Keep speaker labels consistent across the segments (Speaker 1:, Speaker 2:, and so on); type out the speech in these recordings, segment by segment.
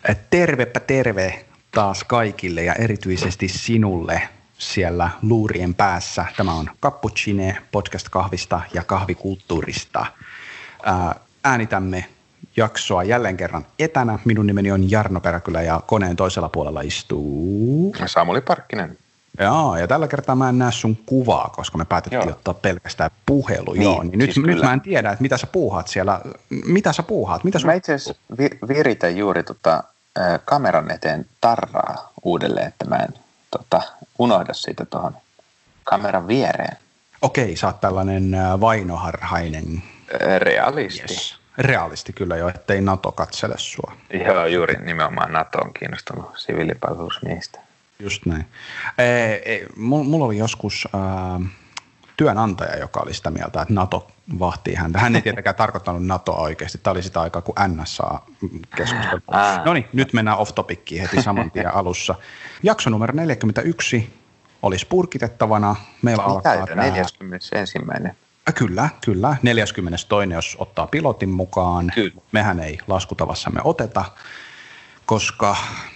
Speaker 1: Tervepä terve taas kaikille ja erityisesti sinulle siellä luurien päässä. Tämä on Cappuccine, podcast kahvista ja kahvikulttuurista. Äänitämme jaksoa jälleen kerran etänä. Minun nimeni on Jarno Peräkylä ja koneen toisella puolella istuu
Speaker 2: Samuli Parkkinen.
Speaker 1: Joo, ja tällä kertaa mä en näe sun kuvaa, koska me päätettiin ottaa pelkästään puhelu. Niin nyt, siis nyt mä en tiedä, että mitä sä puuhaat siellä. Mitä sä puuhaat? Mä
Speaker 2: itse asiassa viritän juuri kameran eteen tarraa uudelleen, että mä en unohda siitä tuohon kameran viereen.
Speaker 1: Okei, sä oot tällainen vainoharhainen.
Speaker 2: Realisti.
Speaker 1: Yes. Realisti kyllä jo, ettei NATO katsele sua.
Speaker 2: Joo, juuri nimenomaan NATO on kiinnostunut siviilipalvelusmiehistä.
Speaker 1: Just näin. Mulla oli joskus työnantaja, joka oli sitä mieltä, että NATO vahtii häntä. Hän ei tietenkään tarkoittanut NATOa oikeasti. Tämä oli sitä aikaa, kun NSA keskustelu. No niin, nyt mennään off-topickiin heti saman tien alussa. Jakso numero 41 olisi purkitettavana. Meillä alkaa tämä
Speaker 2: 41.
Speaker 1: Kyllä. 42. jos ottaa pilotin mukaan.
Speaker 2: Kyllä.
Speaker 1: Mehän ei laskutavassamme oteta, koska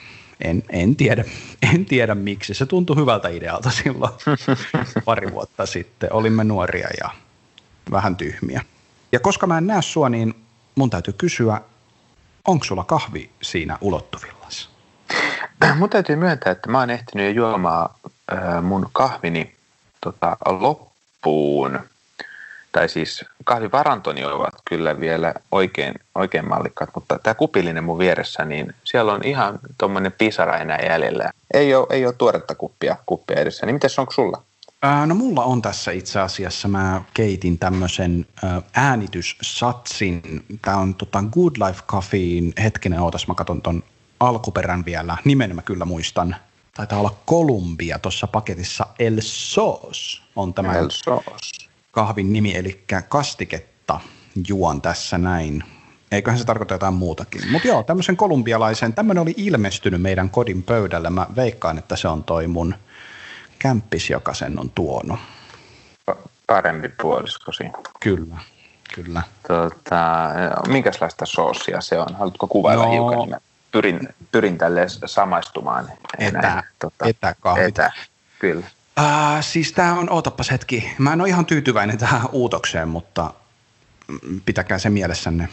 Speaker 1: en tiedä miksi. Se tuntui hyvältä idealta silloin pari vuotta sitten. Olimme nuoria ja vähän tyhmiä. Ja koska mä en näe sua, niin mun täytyy kysyä, onko sulla kahvi siinä ulottuvillasi?
Speaker 2: Mun täytyy myöntää, että mä oon ehtinyt jo juomaan mun kahvini loppuun. Tai siis kahvivarantoni ovat kyllä vielä oikein mallikkaat, mutta tämä kupillinen mun vieressä, niin siellä on ihan tommoinen pisara enää jäljellä. Ei ole tuoretta kuppia edessä. Niin mites onko sulla?
Speaker 1: No mulla on tässä itse asiassa, mä keitin tämmöisen äänityssatsin. Tää on Good Life Coffeen, hetkinen ootas, mä katson ton alkuperän vielä. Nimen mä kyllä muistan. Taitaa olla Columbia tuossa paketissa. El Sos on tämä.
Speaker 2: El Sos.
Speaker 1: Kahvin nimi, eli kastiketta juon tässä näin. Eiköhän se tarkoita jotain muutakin. Mutta joo, tämmöisen kolumbialaisen, tämmöinen oli ilmestynyt meidän kodin pöydälle. Mä veikkaan, että se on toi mun kämppis, joka sen on tuonut.
Speaker 2: Parempi puolisko siinä.
Speaker 1: Kyllä.
Speaker 2: Minkälaista soosia se on? Haluatko kuvailla hiukan? Mä pyrin tälleen samaistumaan.
Speaker 1: Etäkahvit.
Speaker 2: Kyllä.
Speaker 1: Siis tää on, ootapas hetki, mä en ole ihan tyytyväinen tähän uutokseen, mutta pitäkää se mielessänne.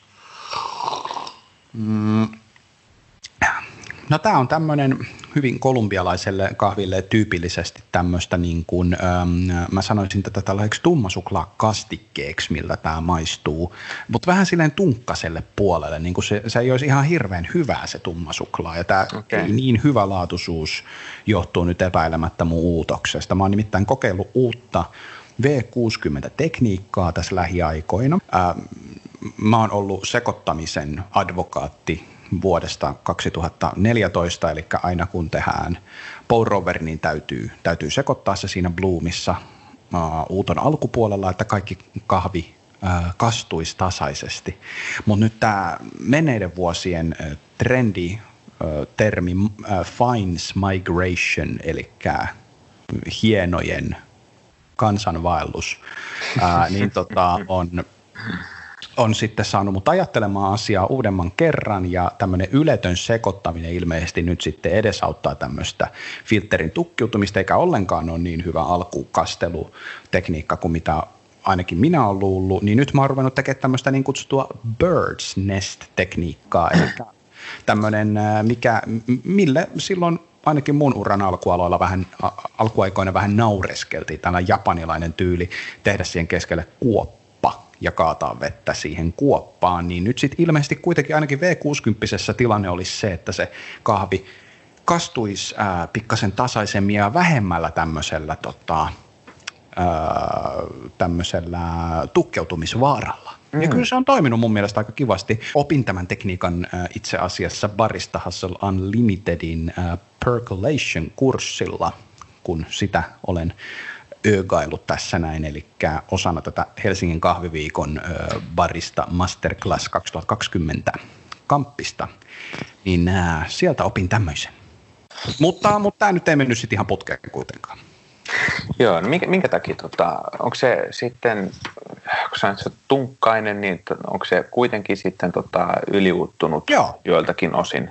Speaker 1: No tää on tämmönen hyvin kolumbialaiselle kahville tyypillisesti tämmöistä niin kuin, mä sanoisin tätä tällaiseksi tummasuklaakastikkeeksi, miltä tää maistuu, mutta vähän silleen tunkkaselle puolelle, niin kuin se ei olisi ihan hirveän hyvää se tummasuklaa, ja tää niin hyvä laatuisuus johtuu nyt epäilemättä mun uutoksesta. Mä oon nimittäin kokeillut uutta V60-tekniikkaa tässä lähiaikoina. Mä oon ollut sekoittamisen advokaatti vuodesta 2014, eli aina kun tehdään pour over, niin täytyy sekoittaa se siinä bloomissa uuton alkupuolella, että kaikki kahvi kastuisi tasaisesti. Mutta nyt tämä menneiden vuosien termi fines migration, eli hienojen kansanvaellus, niin on sitten saanut mut ajattelemaan asiaa uudemman kerran, ja tämmöinen yletön sekoittaminen ilmeisesti nyt sitten edesauttaa tämmöistä filterin tukkiutumista, eikä ollenkaan ole niin hyvä alkukastelutekniikka kuin mitä ainakin minä olen luullut, niin nyt mä oon ruvennut tekemään tämmöistä niin kutsuttua bird's nest-tekniikkaa, eli tämmöinen, mille silloin ainakin mun uran alkuaikoina vähän naureskeltiin, tällainen japanilainen tyyli tehdä siihen keskelle kuoppa ja kaataa vettä siihen kuoppaan, niin nyt sitten ilmeisesti kuitenkin ainakin V60 tilanne olisi se, että se kahvi kastuisi pikkasen tasaisemmin ja vähemmällä tämmöisellä tukkeutumisvaaralla. Ja kyllä se on toiminut mun mielestä aika kivasti. Opin tämän tekniikan itse asiassa Barista Hustle Unlimitedin Percolation-kurssilla, kun sitä olen öögailut tässä näin, eli osana tätä Helsingin kahviviikon Barista Masterclass 2020 kamppista, niin sieltä opin tämmöisen. Mutta tämä nyt ei mennyt sitten ihan putkeen kuitenkaan.
Speaker 2: Joo, no minkä takia, onko se sitten, kun se tunkkainen, niin onko se kuitenkin sitten yliuuttunut joiltakin osin?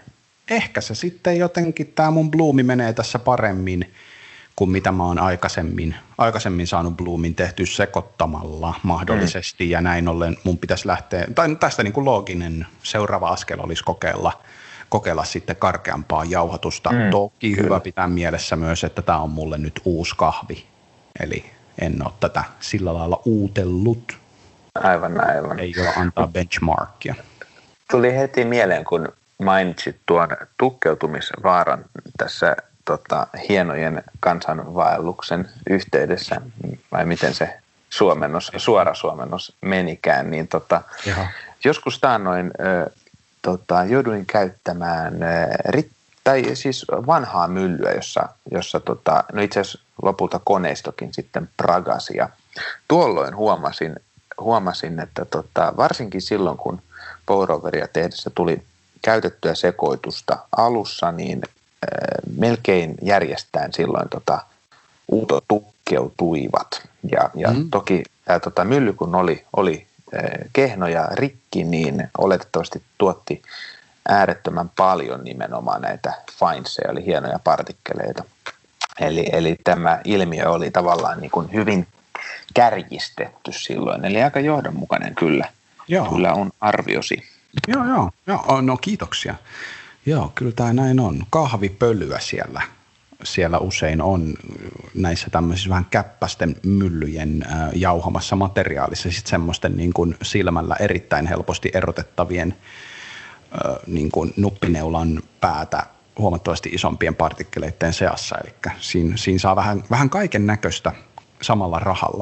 Speaker 1: ehkä se sitten jotenkin, tämä mun Bloomi menee tässä paremmin kuin mitä mä oon aikaisemmin saanut Bloomin tehty sekoittamalla mahdollisesti, ja näin ollen mun pitäisi lähteä, tai tästä niin kuin looginen seuraava askel olisi kokeilla sitten karkeampaa jauhatusta. Toki hyvä pitää mielessä myös, että tämä on mulle nyt uusi kahvi, eli en ole tätä sillä lailla uutellut.
Speaker 2: Aivan.
Speaker 1: Ei ole antaa benchmarkia.
Speaker 2: Tuli heti mieleen, kun mainitsit tuon tukkeutumisvaaran tässä hienojen kansanvaelluksen yhteydessä, vai miten se suora suomennos menikään, niin joskus taannoin jouduin käyttämään tai siis vanhaa myllyä, jossa no itse asiassa lopulta koneistokin sitten pragasi, ja tuolloin huomasin, että varsinkin silloin, kun pour-overia tehdessä tuli käytettyä sekoitusta alussa, niin melkein järjestään silloin uutot tukkeutuivat. Ja toki tämä mylly, kun oli kehno ja rikki, niin oletettavasti tuotti äärettömän paljon nimenomaan näitä finesia, eli hienoja partikkeleita. Eli tämä ilmiö oli tavallaan niin kuin hyvin kärjistetty silloin, eli aika johdonmukainen kyllä. Joo. Kyllä on arviosi.
Speaker 1: Joo, no kiitoksia. Joo, kyllä tämä näin on. Kahvipölyä siellä usein on näissä tämmöisissä vähän käppästen myllyjen jauhamassa materiaalissa, sitten semmoisten niin kuin silmällä erittäin helposti erotettavien niin kuin nuppineulan päätä huomattavasti isompien partikkeleiden seassa, eli siinä saa vähän kaiken näköistä samalla rahalla.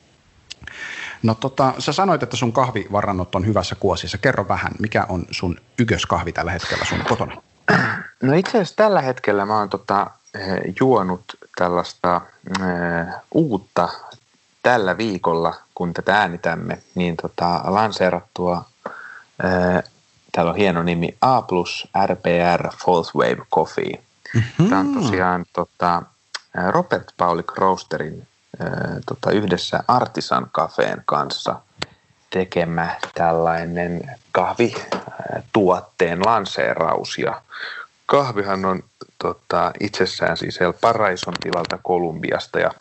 Speaker 1: No sä sanoit, että sun kahvivarannot on hyvässä kuosissa. Kerro vähän, mikä on sun ykköskahvi tällä hetkellä sun kotona?
Speaker 2: No itse asiassa tällä hetkellä mä oon juonut tällaista uutta tällä viikolla, kun tätä äänitämme, niin lanseerattua, täällä on hieno nimi, A+ RPR Fourth Wave Coffee. Tämä on tosiaan Robert Paulik Roasterin yhdessä Artisan Cafeen kanssa tekemä tällainen kahvituotteen lanseeraus, ja kahvihan on itsessään siis El Paraison tilalta Kolumbiasta ja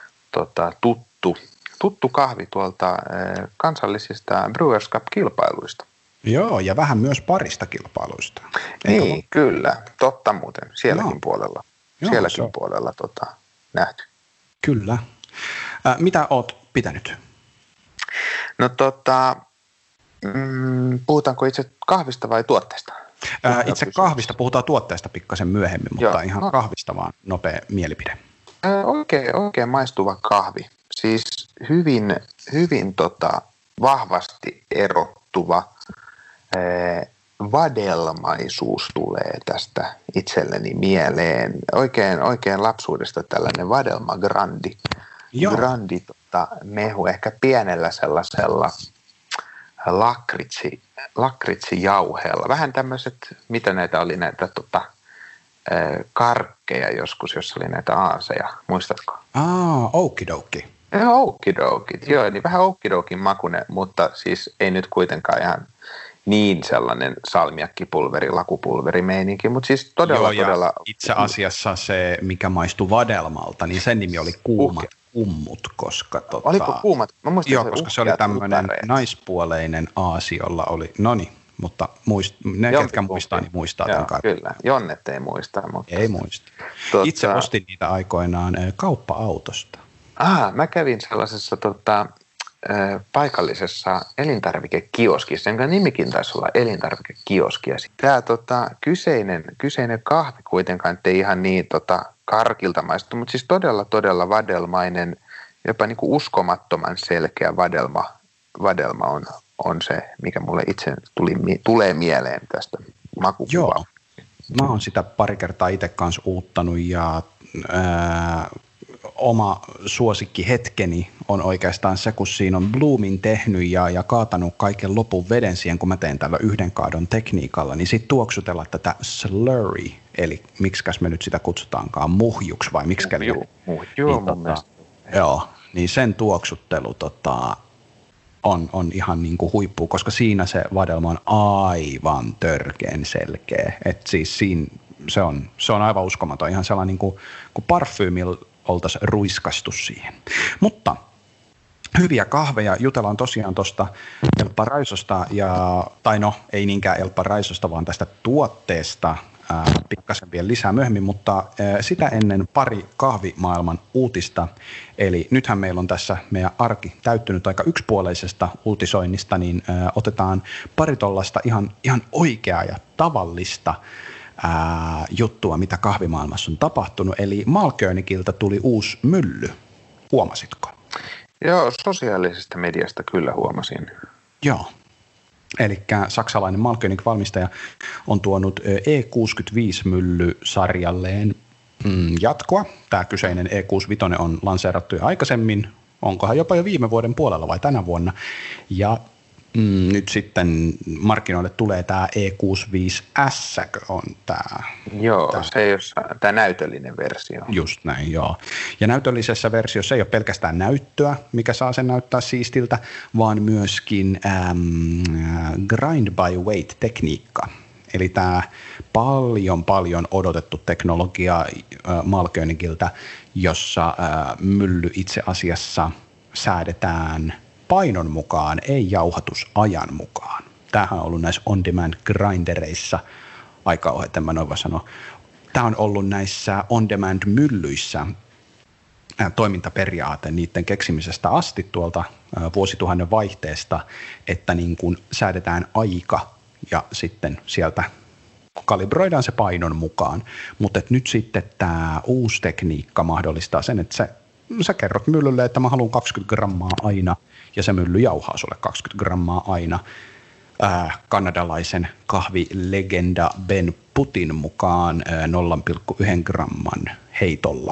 Speaker 2: tuttu kahvi tuolta kansallisista Brewers Cup-kilpailuista.
Speaker 1: Joo, ja vähän myös parista kilpailuista.
Speaker 2: Niin, kyllä, totta muuten, sielläkin puolella. Sielläkin puolella nähty.
Speaker 1: Kyllä. Mitä oot pitänyt?
Speaker 2: No puhutaanko itse kahvista vai tuotteesta?
Speaker 1: Itse kahvista puhutaan tuotteesta pikkasen myöhemmin, mutta ihan kahvista vaan nopea mielipide.
Speaker 2: Oikein maistuva kahvi. Siis hyvin vahvasti erottuva vadelmaisuus tulee tästä itselleni mieleen. Oikein lapsuudesta tällainen vadelma grandi. Joo. Grandi mehu, ehkä pienellä sellaisella lakritsijauheella. Vähän tämmöiset, mitä näitä oli, näitä karkkeja joskus, jossa oli näitä aaseja. Muistatko?
Speaker 1: Okidoki.
Speaker 2: Okidokit, joo, niin vähän okidokin makune, mutta siis ei nyt kuitenkaan ihan niin sellainen salmiakkipulveri, lakupulveri meininki, mutta siis todella.
Speaker 1: Itse asiassa se, mikä maistui vadelmalta, niin sen nimi oli kuumat kummut, koska
Speaker 2: oliko kuumat? Mä muistin,
Speaker 1: joo, koska se oli tämmöinen naispuoleinen aasi, jolla oli, mutta ketkä muistaa, niin muistaa tämän kaiken.
Speaker 2: Kyllä, Jonnet ei muista. Mutta
Speaker 1: ei muista. Itse ostin niitä aikoinaan kauppa-autosta.
Speaker 2: Mä kävin sellaisessa paikallisessa elintarvikekioskissa, jonka nimikin taisi olla elintarvikekioski. Tämä kyseinen kahvi kuitenkaan ei ihan niin karkilta maistu, mutta siis todella vadelmainen, jopa niin kuin uskomattoman selkeä vadelma on se, mikä mulle itse tulee mieleen tästä makukuvaa.
Speaker 1: Joo, mä oon sitä pari kertaa itse kanssa uuttanut, ja oma suosikkihetkeni on oikeastaan se, kun siinä on Bloomin tehnyt ja kaatanut kaiken lopun veden siihen, kun mä teen tällä yhden kaadon tekniikalla, niin sitten tuoksutella tätä slurry, eli miksikäs me nyt sitä kutsutaankaan, muhjuksi vai miksikä?
Speaker 2: Muhju, mun mielestä.
Speaker 1: Joo, niin sen tuoksuttelu on ihan niin kuin huippu, koska siinä se vadelma on aivan törkeän selkeä. Et siis siinä se on aivan uskomaton, ihan sellainen niin kuin parfyymillä oltaisiin ruiskastu siihen. Mutta hyviä kahveja, jutellaan tosiaan tuosta Elppa Raisosta, tai no ei niinkään Elppa Raisosta, vaan tästä tuotteesta pikkasen vielä lisää myöhemmin, mutta sitä ennen pari kahvimaailman uutista. Eli nythän meillä on tässä meidän arki täyttynyt aika yksipuoleisesta uutisoinnista, niin otetaan pari tollaista ihan oikeaa ja tavallista juttua, mitä kahvimaailmassa on tapahtunut. Eli Malkönikiltä tuli uusi mylly. Huomasitko?
Speaker 2: Joo, sosiaalisesta mediasta kyllä huomasin.
Speaker 1: Joo. Eli saksalainen Malkönig-valmistaja on tuonut E65-mylly-sarjalleen jatkoa. Tämä kyseinen E65 on lanseerattu jo aikaisemmin, onkohan jopa jo viime vuoden puolella vai tänä vuonna. Ja nyt sitten markkinoille tulee tämä E65S, on tämä.
Speaker 2: Joo, se ei ole tämä näytöllinen versio.
Speaker 1: Just näin, joo. Ja näytöllisessä versiossa ei ole pelkästään näyttöä, mikä saa sen näyttää siistiltä, vaan myöskin grind by weight-tekniikka. Eli tämä paljon odotettu teknologia Malkönigiltä, jossa mylly itse asiassa säädetään painon mukaan, ei jauhatusajan mukaan. Tämähän on ollut näissä on-demand grindereissa aika ohjeten, mä noin vaan sanoa. Tämä on ollut näissä on-demand myllyissä toimintaperiaate niiden keksimisestä asti tuolta vuosituhannen vaihteesta, että niin kuin säädetään aika ja sitten sieltä kalibroidaan se painon mukaan. Mutta nyt sitten tämä uusi tekniikka mahdollistaa sen, että sä kerrot myllylle, että mä haluan 20 grammaa aina, ja se mylly jauhaa sulle 20 grammaa aina. Kanadalaisen kahvilegenda Ben Putin mukaan 0,1 gramman heitolla.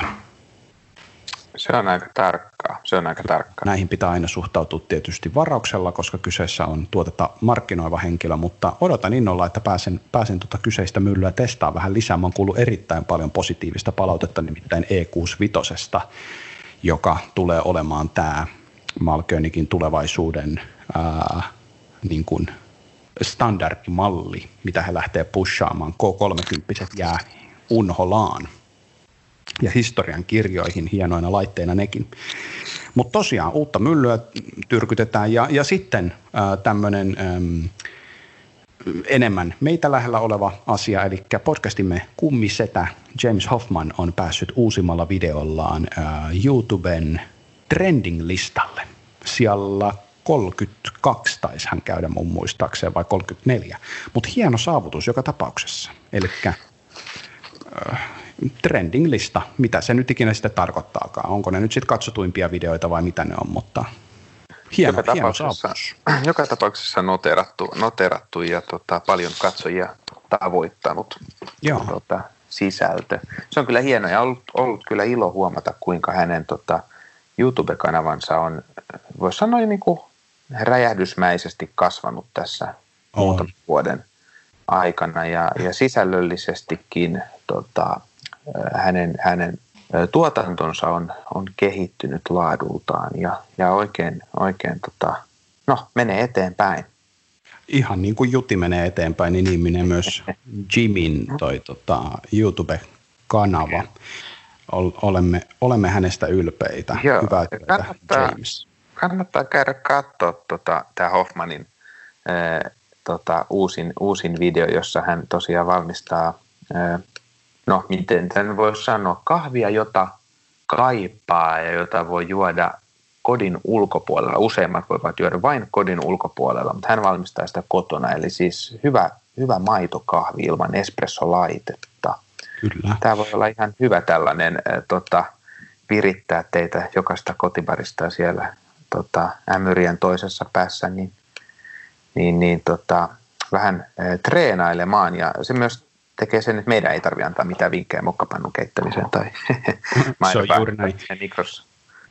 Speaker 2: Se on aika tarkkaa.
Speaker 1: Näihin pitää aina suhtautua tietysti varauksella, koska kyseessä on tuotetta markkinoiva henkilö, mutta odotan innolla, että pääsen kyseistä myllyä testaamaan vähän lisää. Mä oon kuullut erittäin paljon positiivista palautetta, nimittäin E65, joka tulee olemaan tämä Malkönigin tulevaisuuden niin kuin standardimalli, mitä he lähtee pushaamaan. K30 jää unholaan ja historian kirjoihin hienoina laitteina nekin. Mutta tosiaan uutta myllyä tyrkytetään ja sitten tämmöinen enemmän meitä lähellä oleva asia, eli podcastimme kummisetä James Hoffman on päässyt uusimmalla videollaan YouTuben trending-listalle. Siellä 32 taisi hän käydä mun muistaakseen, vai 34, mutta hieno saavutus joka tapauksessa. Eli trending-lista, mitä se nyt ikinä sitten tarkoittaakaan. Onko ne nyt sitten katsotuimpia videoita vai mitä ne on, mutta hieno saavutus.
Speaker 2: Joka tapauksessa noterattu ja paljon katsojia tavoittanut sisältö. Se on kyllä hieno ja ollut kyllä ilo huomata, kuinka hänen YouTube-kanavansa on, voisi sanoa, niin kuin räjähdysmäisesti kasvanut tässä muutaman vuoden aikana ja sisällöllisestikin hänen tuotantonsa on kehittynyt laadultaan ja oikein menee eteenpäin.
Speaker 1: Ihan niin kuin Juti menee eteenpäin, niin menee myös Jimin YouTube-kanava. Olemme hänestä ylpeitä.
Speaker 2: Joo,
Speaker 1: hyvää työtä, James.
Speaker 2: Kannattaa käydä katsoa tämä Hoffmanin uusin video, jossa hän tosiaan valmistaa, miten tämän voisi sanoa, kahvia, jota kaipaa ja jota voi juoda kodin ulkopuolella. Useimmat voivat juoda vain kodin ulkopuolella, mutta hän valmistaa sitä kotona, eli siis hyvä maitokahvi ilman espressolaitetta.
Speaker 1: Kyllä.
Speaker 2: Tämä voi olla ihan hyvä tällainen virittää teitä jokaista kotibarista siellä ämyrien toisessa päässä, niin vähän treenailemaan, ja se myös tekee sen, että meidän ei tarvitse antaa mitään vinkkejä mokkapannun keittämiseen tai
Speaker 1: se on juuri näin.
Speaker 2: mikrossa.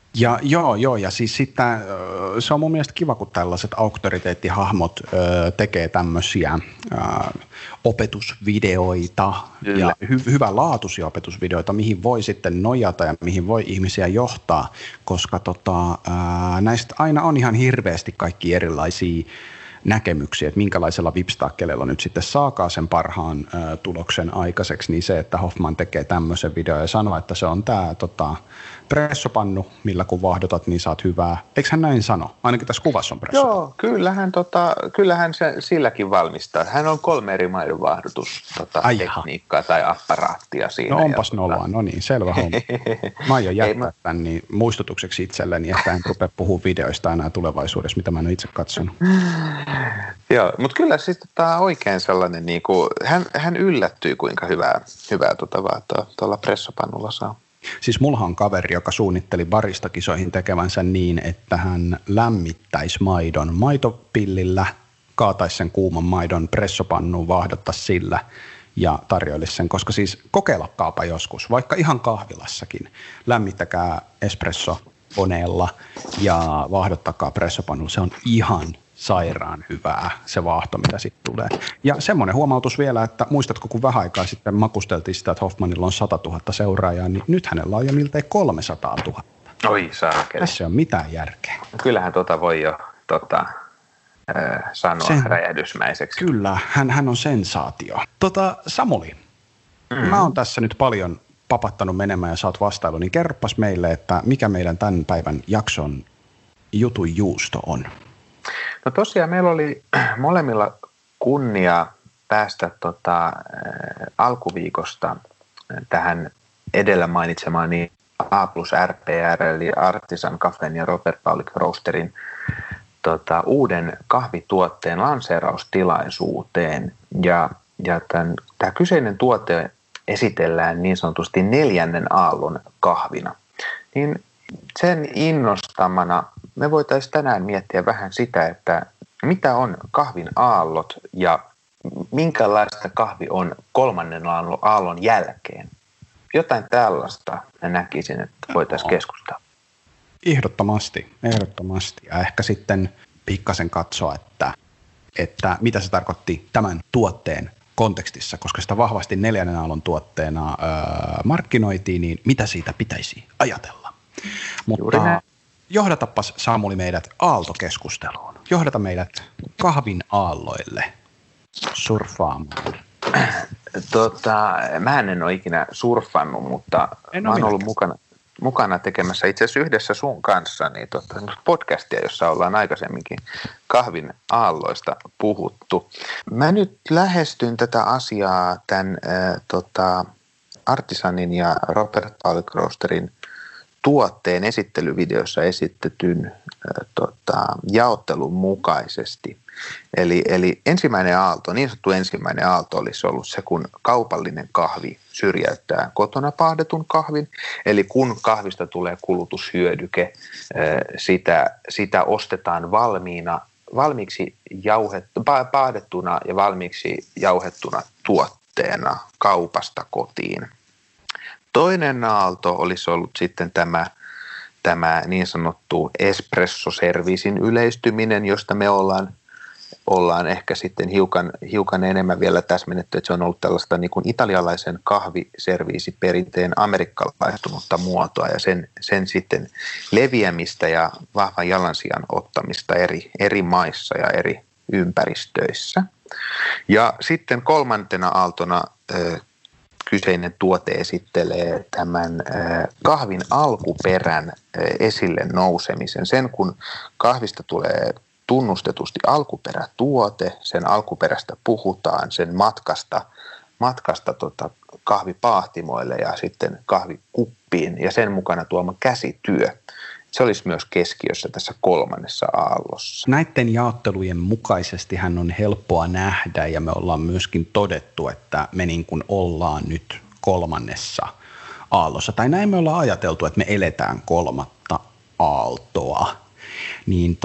Speaker 1: Ja siis sitten se on mun mielestä kiva, kun tällaiset auktoriteettihahmot tekee tämmöisiä opetusvideoita ja hyvänlaatuisia opetusvideoita, mihin voi sitten nojata ja mihin voi ihmisiä johtaa, koska näistä aina on ihan hirveästi kaikki erilaisia näkemyksiä, että minkälaisella vipstakkelella nyt sitten saakaan sen parhaan tuloksen aikaiseksi, niin se, että Hoffman tekee tämmöisen videon ja sanoo, että se on tämä pressopannu, millä kun vaahdotat, niin saat hyvää. Eikö hän näin sano? Ainakin tässä kuvassa on pressopannu.
Speaker 2: Joo, kyllähän se silläkin valmistaa. Hän on 3 eri maidonvaahdotustekniikkaa tai apparaattia siinä.
Speaker 1: No onpas noloa, no niin, selvä homma. Mä aion jättää tämän niin muistutukseksi itselleni, että en rupea puhua videoista enää tulevaisuudessa, mitä mä en ole itse katsonut.
Speaker 2: Joo, mutta kyllä siis oikein sellainen, niin kuin, hän yllättyi, kuinka hyvää vaatoa tuolla pressopannulla saa.
Speaker 1: Siis mullahan on kaveri, joka suunnitteli baristakisoihin tekevänsä niin, että hän lämmittäisi maidon maitopillillä, kaataisi sen kuuman maidon pressopannuun, vaahdottaisi sillä ja tarjoilisi sen, koska siis kokeilakaapa joskus, vaikka ihan kahvilassakin, lämmittäkää espressokoneella ja vaahdottakaa pressopannulla, se on ihan sairaan hyvää se vaahto, mitä sitten tulee. Ja semmoinen huomautus vielä, että muistatko, kun vähän aikaa sitten makusteltiin sitä, että Hoffmanilla on 100 000 seuraajaa, niin nyt hänellä on jo miltei 300 000.
Speaker 2: Oi saakeli.
Speaker 1: Tässä ei ole mitään järkeä.
Speaker 2: Kyllähän voi jo sanoa räjähdysmäiseksi.
Speaker 1: Kyllä, hän on sensaatio. Samuli, mä oon tässä nyt paljon papattanut menemään ja sä oot vastailu, niin kerropas meille, että mikä meidän tämän päivän jakson jutun juusto on.
Speaker 2: No tosiaan meillä oli molemmilla kunnia päästä alkuviikosta tähän edellä mainitsemaani A+RPR eli Artisan Cafen ja Robert Paulik Roasterin uuden kahvituotteen lanseeraustilaisuuteen. Ja tämä kyseinen tuote esitellään niin sanotusti 4. aallon kahvina. Niin sen innostamana me voitaisiin tänään miettiä vähän sitä, että mitä on kahvin aallot ja minkälaista kahvi on 3. aallon jälkeen. Jotain tällaista mä näkisin, että voitaisiin keskustella.
Speaker 1: Ehdottomasti. Ja ehkä sitten pikkasen katsoa, että mitä se tarkoitti tämän tuotteen kontekstissa, koska sitä vahvasti 4. aallon tuotteena markkinoitiin, niin mitä siitä pitäisi ajatella. Mutta johdatapas Samuli meidät aaltokeskusteluun. Johdata meidät kahvin aalloille surffaamaan.
Speaker 2: Mä en ole ikinä surffannut, mutta mä oon ollut mukana tekemässä itse asiassa yhdessä sun kanssa niin podcastia, jossa ollaan aikaisemminkin kahvin aalloista puhuttu. Mä nyt lähestyn tätä asiaa tämän Artisanin ja Robert Paulik Roasterin tuotteen esittelyvideossa esitetyn jaottelun mukaisesti. Eli ensimmäinen aalto, niin sanottu ensimmäinen aalto olisi ollut se, kun kaupallinen kahvi syrjäyttää kotona paahdetun kahvin. Eli kun kahvista tulee kulutushyödyke, sitä ostetaan valmiiksi paahdettuna ja valmiiksi jauhettuna tuotteena kaupasta kotiin. Toinen aalto olisi ollut sitten tämä niin sanottu espressoserviisin yleistyminen, josta me ollaan ehkä sitten hiukan enemmän vielä täsmennetty, että se on ollut tällaista niin kuin italialaisen kahviserviisiperinteen amerikkalaistunutta muotoa ja sen sitten leviämistä ja vahvan jalansijan ottamista eri maissa ja eri ympäristöissä. Ja sitten 3. aaltona kyseinen tuote esittelee tämän kahvin alkuperän esille nousemisen. Sen kun kahvista tulee tunnustetusti alkuperätuote, sen alkuperästä puhutaan, sen matkasta kahvipaahtimoille ja sitten kahvikuppiin ja sen mukana tuoma käsityö. Se olisi myös keskiössä tässä 3. aallossa.
Speaker 1: Näiden jaottelujen mukaisesti hän on helppoa nähdä ja me ollaan myöskin todettu, että me niin kuin ollaan nyt 3. aallossa. Tai näin me ollaan ajateltu, että me eletään 3. aaltoa. Niin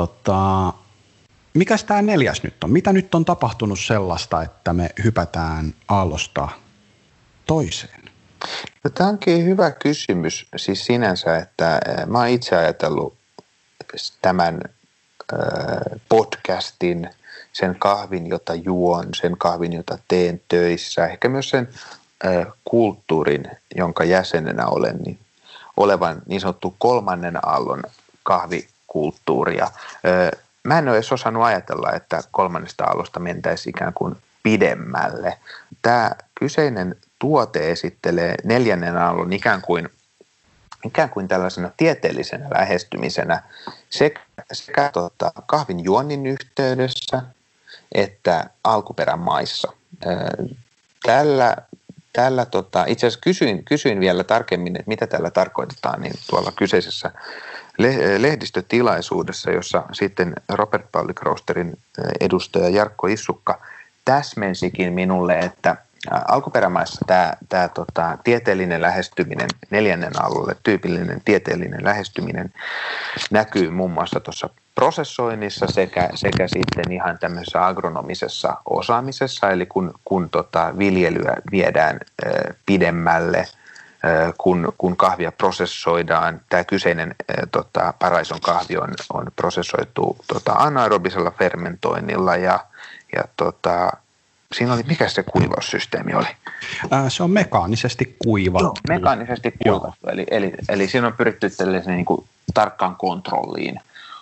Speaker 1: mikäs tämä 4. nyt on? Mitä nyt on tapahtunut sellaista, että me hypätään aallosta toiseen?
Speaker 2: Tämä onkin hyvä kysymys siis sinänsä, että mä oon itse ajatellut tämän podcastin, sen kahvin, jota juon, sen kahvin, jota teen töissä, ehkä myös sen kulttuurin, jonka jäsenenä olen, niin olevan niin sanottu kolmannen aallon kahvikulttuuria. Mä en ole edes osannut ajatella, että kolmannesta aallosta mentäisiin ikään kuin pidemmälle. Tämä kyseinen tuote esittelee neljännen aallon ikään kuin tällaisena tieteellisenä lähestymisenä sekä kahvin juonnin yhteydessä että alkuperän maissa. Itse asiassa kysyin vielä tarkemmin, että mitä tällä tarkoitetaan, niin tuolla kyseisessä lehdistötilaisuudessa, jossa sitten Robert Pauli Kloosterin edustaja Jarkko Issukka täsmensikin minulle, että alkuperämaissa tämä tieteellinen lähestyminen, neljännen alueelle tyypillinen tieteellinen lähestyminen näkyy muun muassa tuossa prosessoinnissa sekä sitten ihan tämmöisessä agronomisessa osaamisessa, eli kun viljelyä viedään pidemmälle, kun kahvia prosessoidaan. Tämä kyseinen Paraison kahvi on prosessoitu anaerobisella fermentoinnilla ja siinä oli, mikä se kuivaussysteemi oli?
Speaker 1: Se on mekaanisesti kuivattu.
Speaker 2: Joo, mekaanisesti kuivattu. Eli siinä on pyritty tällaiseen niin kuin tarkkaan kontrolliin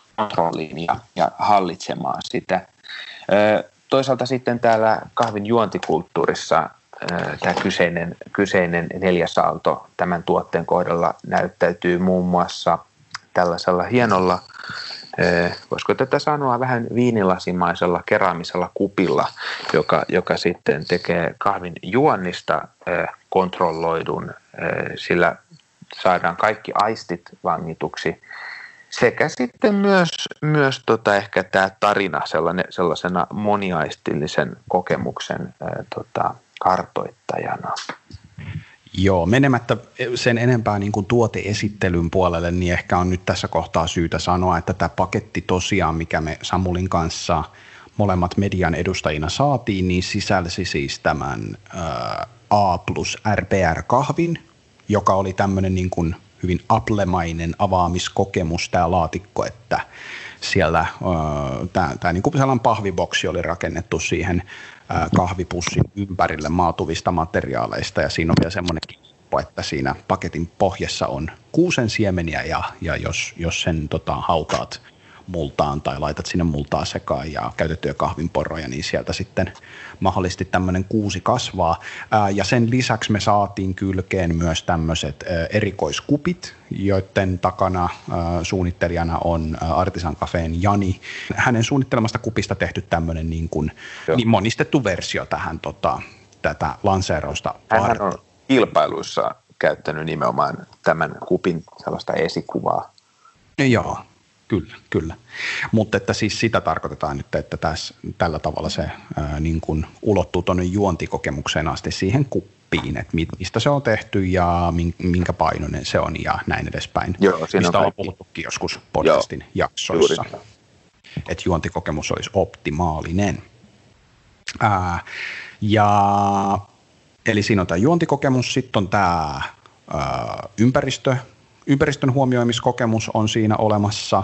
Speaker 2: ja hallitsemaan sitä. Toisaalta sitten täällä kahvin juontikulttuurissa tämä kyseinen neljäs aalto tämän tuotteen kohdalla näyttäytyy muun muassa tällaisella hienolla, voisiko tätä sanoa, vähän viinilasimaisella keraamisella kupilla, joka sitten tekee kahvin juonnista kontrolloidun, sillä saadaan kaikki aistit vangituksi. Sekä sitten myös ehkä tämä tarina sellaisena moniaistillisen kokemuksen kartoittajana.
Speaker 1: Joo, menemättä sen enempää niin kuin tuoteesittelyn puolelle, niin ehkä on nyt tässä kohtaa syytä sanoa, että tämä paketti tosiaan, mikä me Samulin kanssa molemmat median edustajina saatiin, niin sisälsi siis tämän A plus RPR-kahvin, joka oli tämmöinen niin kuin hyvin Apple-mainen avaamiskokemus tämä laatikko, että siellä tämä niin kuin sellainen pahviboksi oli rakennettu siihen kahvipussin ympärille maatuvista materiaaleista, ja siinä on vielä semmoinen kippo, että siinä paketin pohjassa on kuusen siemeniä, ja jos sen hautaat multaan tai laitat sinne multaa sekaan ja käytettyjä kahvinporoja, niin sieltä sitten mahdollisesti tämmöinen kuusi kasvaa. Ja sen lisäksi me saatiin kylkeen myös tämmöiset erikoiskupit, joiden takana suunnittelijana on Artisan Cafeen Jani. Hänen suunnittelemasta kupista tehty tämmöinen niin monistettu versio tähän tätä lanseerausta.
Speaker 2: Hän on kilpailuissa käyttänyt nimenomaan tämän kupin sellaista esikuvaa.
Speaker 1: Joo. Kyllä. Mutta että siis sitä tarkoitetaan nyt, että tällä tavalla se niin kuin ulottuu tuonne juontikokemukseen asti siihen kuppiin, että mistä se on tehty ja minkä painoinen se on ja näin edespäin.
Speaker 2: Joo,
Speaker 1: mistä on puhuttukin joskus podcastin jaksoissa, että juontikokemus olisi optimaalinen. Eli siinä on tämä juontikokemus, sitten on tämä ympäristön huomioimiskokemus on siinä olemassa,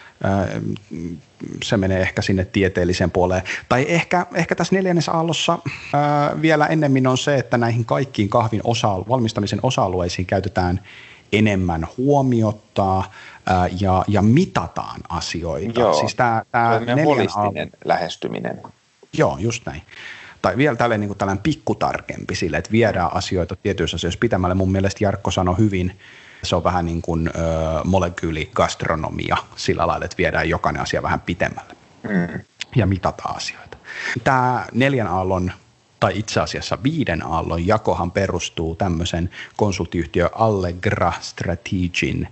Speaker 1: se menee ehkä sinne tieteelliseen puoleen. Tai ehkä tässä neljännessä aallossa vielä ennemmin on se, että näihin kaikkiin kahvin valmistamisen osa-alueisiin käytetään enemmän huomiota ja mitataan asioita.
Speaker 2: Joo,
Speaker 1: siis tämä
Speaker 2: holistinen lähestyminen.
Speaker 1: Joo, just näin. Tai vielä tällainen pikkutarkempi sille, että viedään asioita tietyissä asioissa pitämällä. Mun mielestä Jarkko sanoi hyvin, se on vähän niin kuin molekyyligastronomia sillä lailla, että viedään jokainen asia vähän pitemmälle ja mitataan asioita. Tämä 4 aallon tai itse asiassa 5 aallon jakohan perustuu tämmöisen konsulttiyhtiö Allegra Strategin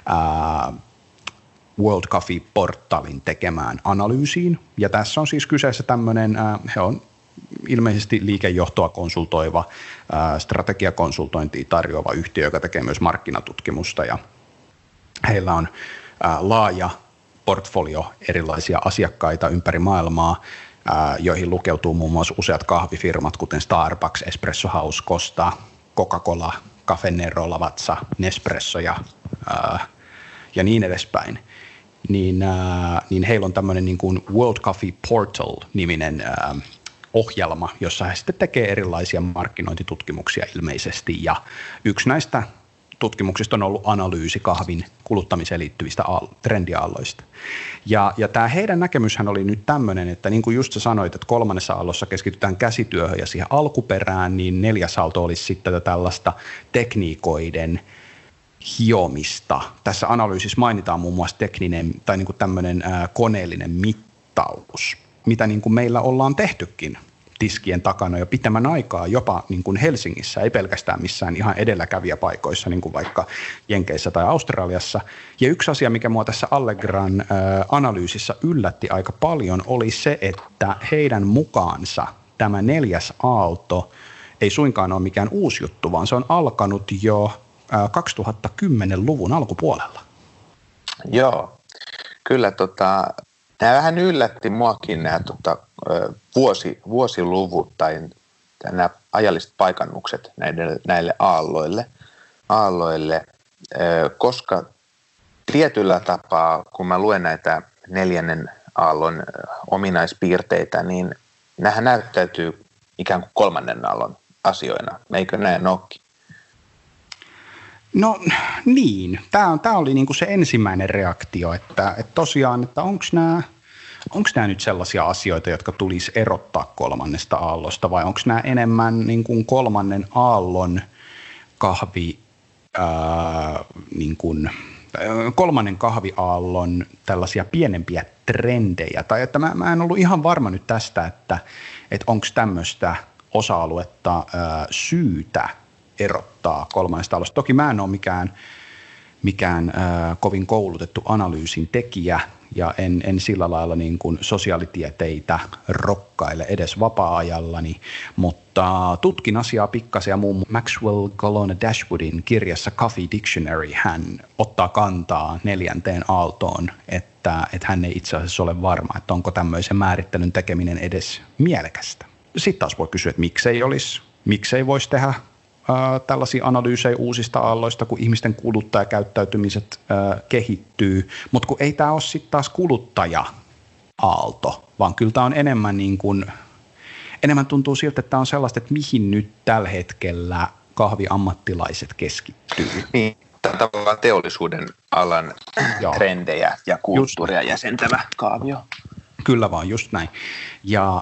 Speaker 1: World Coffee-portaalin tekemään analyysiin. Ja tässä on siis kyseessä tämmöinen, he on ilmeisesti liikejohtoa konsultoiva, strategiakonsultointia tarjoava yhtiö, joka tekee myös markkinatutkimusta, ja heillä on laaja portfolio erilaisia asiakkaita ympäri maailmaa, joihin lukeutuu muun muassa useat kahvifirmat, kuten Starbucks, Espresso House, Costa, Coca-Cola, Caffè Nero, Lavazza, Nespresso ja niin edespäin, niin heillä on tämmöinen niin kuin World Coffee Portal-niminen ohjelma, jossa he sitten tekee erilaisia markkinointitutkimuksia ilmeisesti, ja yksi näistä tutkimuksista on ollut analyysi kahvin kuluttamiseen liittyvistä trendiaalloista. Ja tämä heidän näkemyshän oli nyt tämmöinen, että niin kuin just sä sanoit, että 3. aallossa keskitytään käsityöhön ja siihen alkuperään, niin 4. aalto olisi sitten tätä tällaista tekniikoiden hiomista. Tässä analyysissä mainitaan muun muassa tekninen tai niin kuin tämmöinen koneellinen mittaus, mitä niin kuin meillä ollaan tehtykin tiskien takana jo pitemmän aikaa, jopa niin kuin Helsingissä, ei pelkästään missään ihan edelläkävijäpaikoissa, niin kuin vaikka Jenkeissä tai Australiassa. Ja yksi asia, mikä mua tässä Allegran analyysissä yllätti aika paljon, oli se, että heidän mukaansa tämä 4. aalto ei suinkaan ole mikään uusi juttu, vaan se on alkanut jo 2010-luvun alkupuolella.
Speaker 2: Joo, kyllä nämä vähän yllätti muakin nämä vuosiluvut tai nämä ajalliset paikannukset näille aalloille, koska tietyllä tapaa, kun mä luen näitä 4. aallon ominaispiirteitä, niin nämähän näyttäytyy ikään kuin 3. aallon asioina. Eikö näin olekin?
Speaker 1: No niin, tämä oli niinku se ensimmäinen reaktio, että tosiaan, että onko nämä nyt sellaisia asioita, jotka tulisi erottaa 3. aallosta, vai onko nämä enemmän niin kuin 3. aallon kahvi, niin kuin 3. kahviaallon tällaisia pienempiä trendejä, tai että mä en ollut ihan varma nyt tästä, että onko tämmöistä osa-aluetta syytä erottaa 3. aallosta. Toki mä en ole mikään kovin koulutettu analyysin tekijä, ja en sillä lailla niin kuin sosiaalitieteitä rokkaile edes vapaa-ajallani, mutta tutkin asiaa pikkasen, ja muun Maxwell Golona Dashwoodin kirjassa Coffee Dictionary hän ottaa kantaa 4. aaltoon, että hän ei itse asiassa ole varma, että onko tämmöisen määrittelyn tekeminen edes mielekästä. Sitten taas voi kysyä, että miksei voisi tehdä tällaisia analyysejä uusista aalloista, kun ihmisten kuluttajakäyttäytymiset kehittyy, mutta kun ei tämä ole sitten taas kuluttaja-aalto, vaan kyllä tämä on enemmän tuntuu siltä, että tämä on sellaista, että mihin nyt tällä hetkellä kahviammattilaiset keskittyy.
Speaker 2: Niin, tavallaan teollisuuden alan trendejä ja kulttuuria jäsentävä kaavio.
Speaker 1: Kyllä vaan, just näin. Ja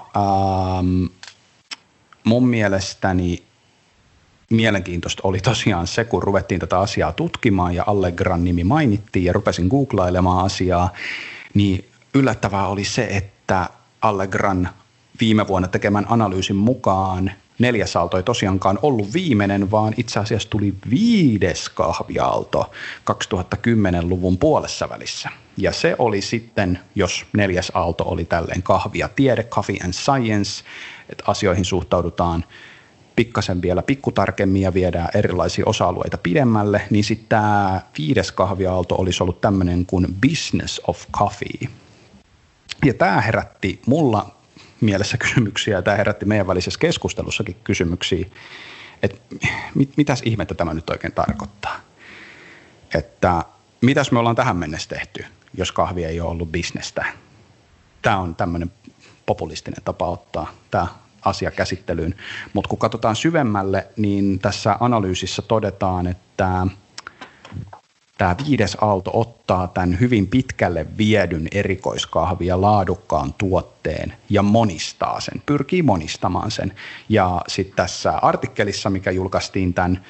Speaker 1: mun mielestäni mielenkiintoista oli tosiaan se, kun ruvettiin tätä asiaa tutkimaan ja Allegran nimi mainittiin ja rupesin googlailemaan asiaa, niin yllättävää oli se, että Allegran viime vuonna tekemän analyysin mukaan 4. aalto ei tosiaankaan ollut viimeinen, vaan itse asiassa tuli 5. kahviaalto 2010-luvun puolessa välissä. Ja se oli sitten, jos 4. aalto oli tälleen kahvi ja tiede, coffee and science, että asioihin suhtaudutaan pikkasen vielä pikkutarkemmin ja viedään erilaisia osa-alueita pidemmälle, niin sitten tämä 5. kahviaalto olisi ollut tämmöinen kuin business of coffee. Ja tämä herätti mulla mielessä kysymyksiä, ja tämä herätti meidän välisessä keskustelussakin kysymyksiä, että mitäs ihmettä tämä nyt oikein tarkoittaa. Että mitäs me ollaan tähän mennessä tehty, jos kahvi ei ole ollut bisnestä. Tämä on tämmöinen populistinen tapa ottaa tämä asia käsittelyyn, mutta kun katsotaan syvemmälle, niin tässä analyysissä todetaan, että tämä 5. aalto ottaa tämän hyvin pitkälle viedyn erikoiskahvin ja laadukkaan tuotteen ja monistaa sen, pyrkii monistamaan sen. Ja sitten tässä artikkelissa, mikä julkaistiin tämän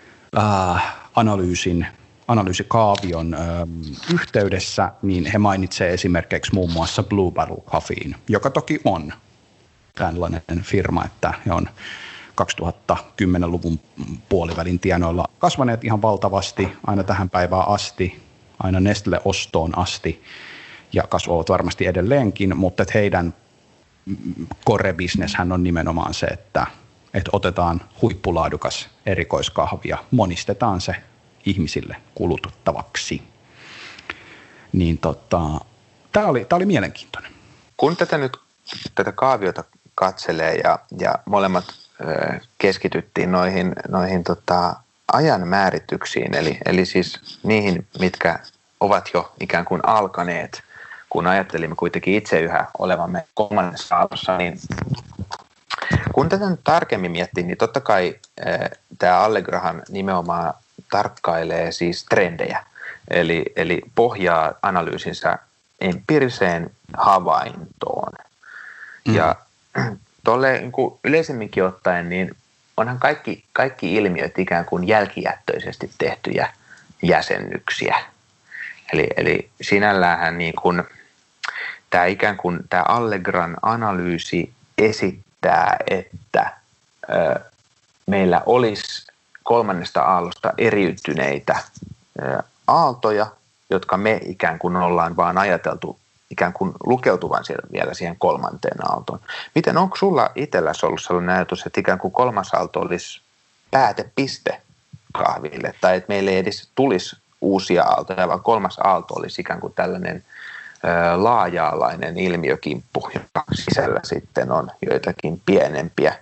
Speaker 1: analyysikaavion yhteydessä, niin he mainitsevat esimerkiksi muun muassa Blue Bottle Coffeen, joka toki on tällainen firma, että he on 2010-luvun puolivälin tienoilla kasvaneet ihan valtavasti aina tähän päivään asti, aina Nestle-ostoon asti ja kasvavat varmasti edelleenkin, mutta että heidän core-businesshän on nimenomaan se, että otetaan huippulaadukas erikoiskahvi ja monistetaan se ihmisille kulutettavaksi. Niin tämä oli mielenkiintoinen.
Speaker 2: Kun tätä kaaviota katselee ja molemmat keskityttiin noihin ajan määrityksiin, eli siis niihin, mitkä ovat jo ikään kuin alkaneet, kun ajattelimme kuitenkin itse yhä olevamme kolmannessa aallossa, niin kun tätä nyt tarkemmin miettii, niin totta kai tämä Allegrahan nimenomaan tarkkailee siis trendejä, eli pohjaa analyysinsä empiiriseen havaintoon. Ja tolleen niin yleisemminkin ottaen, niin onhan kaikki ilmiöt ikään kuin jälkijättöisesti tehtyjä jäsennyksiä. Eli sinälläänhän niin kuin tämä ikään kuin tämä Allegran analyysi esittää, että meillä olisi kolmannesta aallosta eriytyneitä aaltoja, jotka me ikään kuin ollaan vaan ajateltu ikään kuin lukeutuvan vielä siihen kolmanteen aaltoon. Miten, onko sulla itselläsi ollut sellainen ajatus, että ikään kuin kolmas aalto olisi päätepiste kahville, tai että meille ei edes tulisi uusia aaltoja, vaan kolmas aalto olisi ikään kuin tällainen laaja-alainen ilmiökimppu, joka sisällä sitten on joitakin pienempiä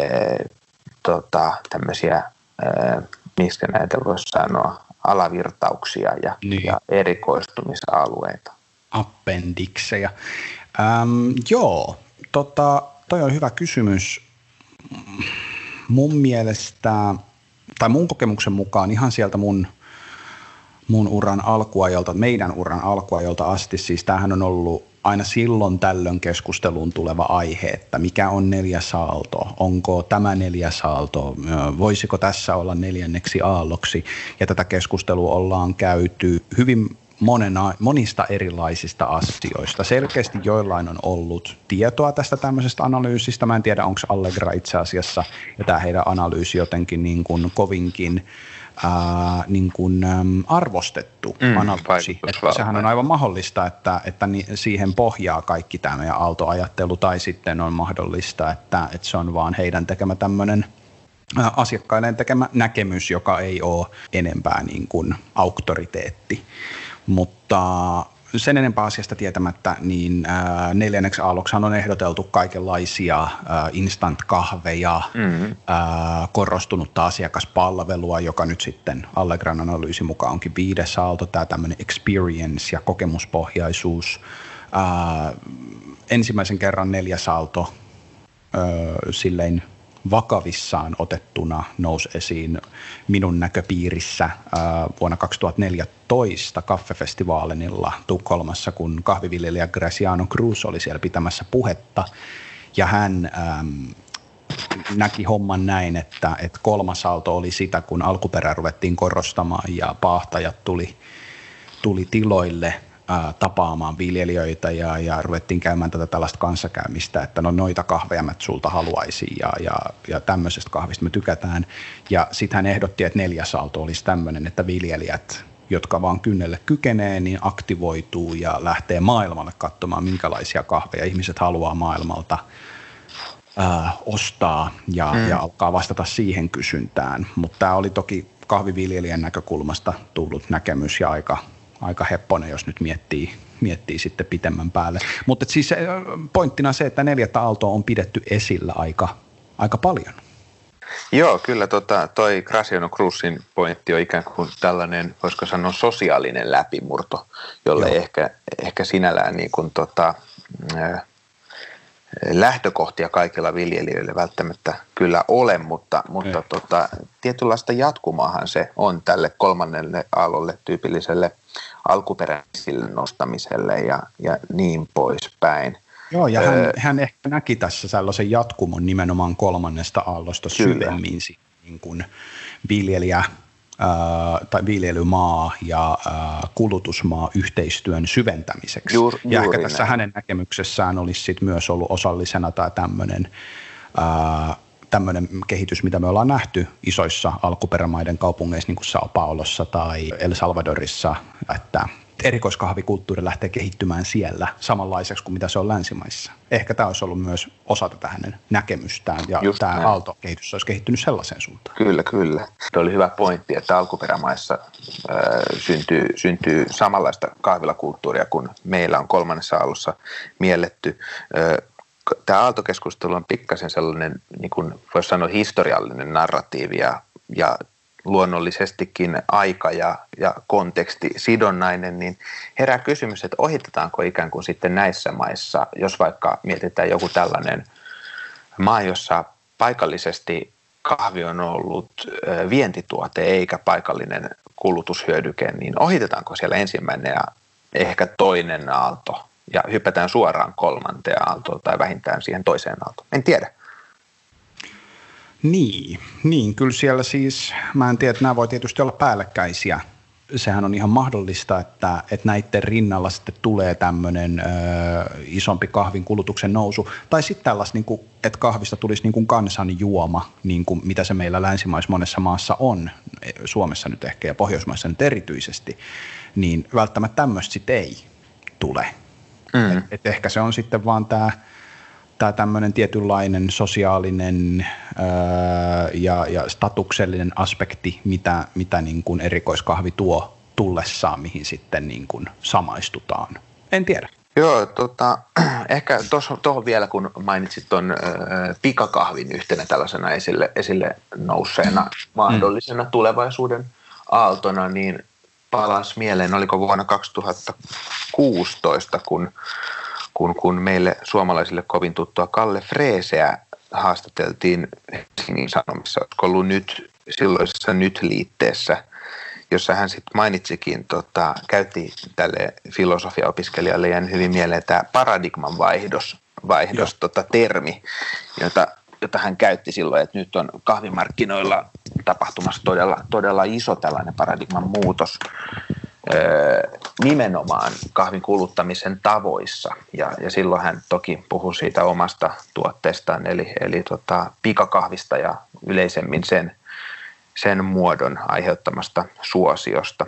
Speaker 2: tämmöisiä, mistä näitä voisi sanoa, alavirtauksia ja erikoistumisalueita.
Speaker 1: Appendikseja. Joo, toi on hyvä kysymys. Mun mielestä, tai mun kokemuksen mukaan ihan sieltä mun uran alkuajalta, meidän uran alkuajalta asti, siis tämähän on ollut aina silloin tällöin keskusteluun tuleva aihe, että mikä on neljäs aalto, onko tämä neljäs aalto, voisiko tässä olla neljänneksi aalloksi, ja tätä keskustelua ollaan käyty hyvin monista erilaisista asioista. Selkeästi joillain on ollut tietoa tästä tämmöisestä analyysistä. Mä en tiedä, onko Allegra itse asiassa ja tämä heidän analyysi jotenkin niin kuin kovinkin arvostettu analyysi. Että sehän on aivan mahdollista, että siihen pohjaa kaikki tämä meidän aaltoajattelu, tai sitten on mahdollista, että se on vaan heidän tekemä tämmöinen asiakkailleen tekemä näkemys, joka ei ole enempää niin kuin auktoriteetti. Mutta sen enempää asiasta tietämättä, niin neljänneksi aalloksihan on ehdoteltu kaikenlaisia instant-kahveja, korostunutta asiakaspalvelua, joka nyt sitten Allegran analyysin mukaan onkin 5. aalto, tämä tämmöinen experience ja kokemuspohjaisuus. Ensimmäisen kerran 4. aalto silleen vakavissaan otettuna nousi esiin minun näköpiirissä vuonna 2014 kaffefestivaalinilla Tukholmassa, kun kahviviljelijä Graciano Cruz oli siellä pitämässä puhetta, ja hän näki homman näin, että 3. aalto oli sitä, kun alkuperää ruvettiin korostamaan ja paahtajat tuli tiloille tapaamaan viljelijöitä ja ruvettiin käymään tätä tällaista kanssakäymistä, että no noita kahveja mä sulta haluaisin ja tämmöisestä kahvista me tykätään. Ja sitten hän ehdotti, että 4. aalto olisi tämmöinen, että viljelijät, jotka vaan kynnelle kykenee, niin aktivoituu ja lähtee maailmalle katsomaan, minkälaisia kahveja ihmiset haluaa maailmalta ostaa ja alkaa vastata siihen kysyntään. Mutta tämä oli toki kahviviljelijän näkökulmasta tullut näkemys ja aika hepponen, jos nyt miettii sitten pitemmän päälle. Mutta siis pointtina se, että 4. aaltoa on pidetty esillä aika paljon.
Speaker 2: Joo, kyllä toi Graciano Cruzin pointti on ikään kuin tällainen, voisiko sanoa sosiaalinen läpimurto, jolle ehkä sinällään niin kuin lähtökohtia kaikilla viljelijöillä välttämättä kyllä ole, mutta tietynlaista jatkumaahan se on tälle kolmannelle aallolle tyypilliselle alkuperäisille nostamiselle ja niin poispäin.
Speaker 1: Joo, ja hän ehkä näki tässä sellaisen jatkumon nimenomaan 3. aallosta syvemmin niin kuin viljelijä tai viljelymaa ja kulutusmaa yhteistyön syventämiseksi. Ja ehkä tässä hänen näkemyksessään olisi sit myös ollut osallisena tai tämmöinen kehitys, mitä me ollaan nähty isoissa alkuperämaiden kaupungeissa, niin kuin Sao Paulossa tai El Salvadorissa, että erikoiskahvikulttuuri lähtee kehittymään siellä samanlaiseksi kuin mitä se on länsimaissa. Ehkä tämä olisi ollut myös osa tätä hänen näkemystään, ja just tämä aaltokehitys olisi kehittynyt sellaiseen suuntaan.
Speaker 2: Kyllä. Se oli hyvä pointti, että alkuperämaissa syntyy samanlaista kahvilakulttuuria kuin meillä on 3. aallossa mielletty. Tämä aaltokeskustelu on pikkasen sellainen, niin kuin voisi sanoa, historiallinen narratiivi ja luonnollisestikin aika ja konteksti sidonnainen, niin herää kysymys, että ohitetaanko ikään kuin sitten näissä maissa, jos vaikka mietitään joku tällainen maa, jossa paikallisesti kahvi on ollut vientituote eikä paikallinen kulutushyödyke, niin ohitetaanko siellä ensimmäinen ja ehkä toinen aalto ja hypätään suoraan kolmanteen aaltoon tai vähintään siihen toiseen aaltoon? En tiedä.
Speaker 1: Niin, kyllä siellä siis, mä en tiedä, että nämä voi tietysti olla päällekkäisiä. Sehän on ihan mahdollista, että näiden rinnalla sitten tulee tämmöinen isompi kahvin kulutuksen nousu. Tai sitten tällaista, niin kuin, että kahvista tulisi niin kuin kansanjuoma, niin kuin mitä se meillä länsimaissa monessa maassa on, Suomessa nyt ehkä ja Pohjoismaissa nyt erityisesti, niin välttämättä tämmöistä sitten ei tule. Et ehkä se on sitten vaan tämä tämmöinen tietynlainen sosiaalinen ja statuksellinen aspekti, mitä niin kuin erikoiskahvi tuo tullessaan, mihin sitten niin kuin samaistutaan. En tiedä.
Speaker 2: Joo, ehkä tuohon vielä, kun mainitsit tuon pikakahvin yhtenä tällaisena esille nousseena mahdollisena tulevaisuuden aaltona, niin palasi mieleen, oliko vuonna 2016, kun meille suomalaisille kovin tuttua Kalle Freeseä haastateltiin Helsingin Sanomissa, olisiko ollut silloisessa Nyt-liitteessä, jossa hän sitten mainitsikin, käytti tälle filosofiaopiskelijalle jäänyt hyvin mieleen tämä paradigman vaihdos termi, jota hän käytti silloin, että nyt on kahvimarkkinoilla tapahtumassa todella iso tällainen paradigman muutos nimenomaan kahvin kuluttamisen tavoissa. Ja silloin hän toki puhui siitä omasta tuotteestaan, eli pikakahvista ja yleisemmin sen muodon aiheuttamasta suosiosta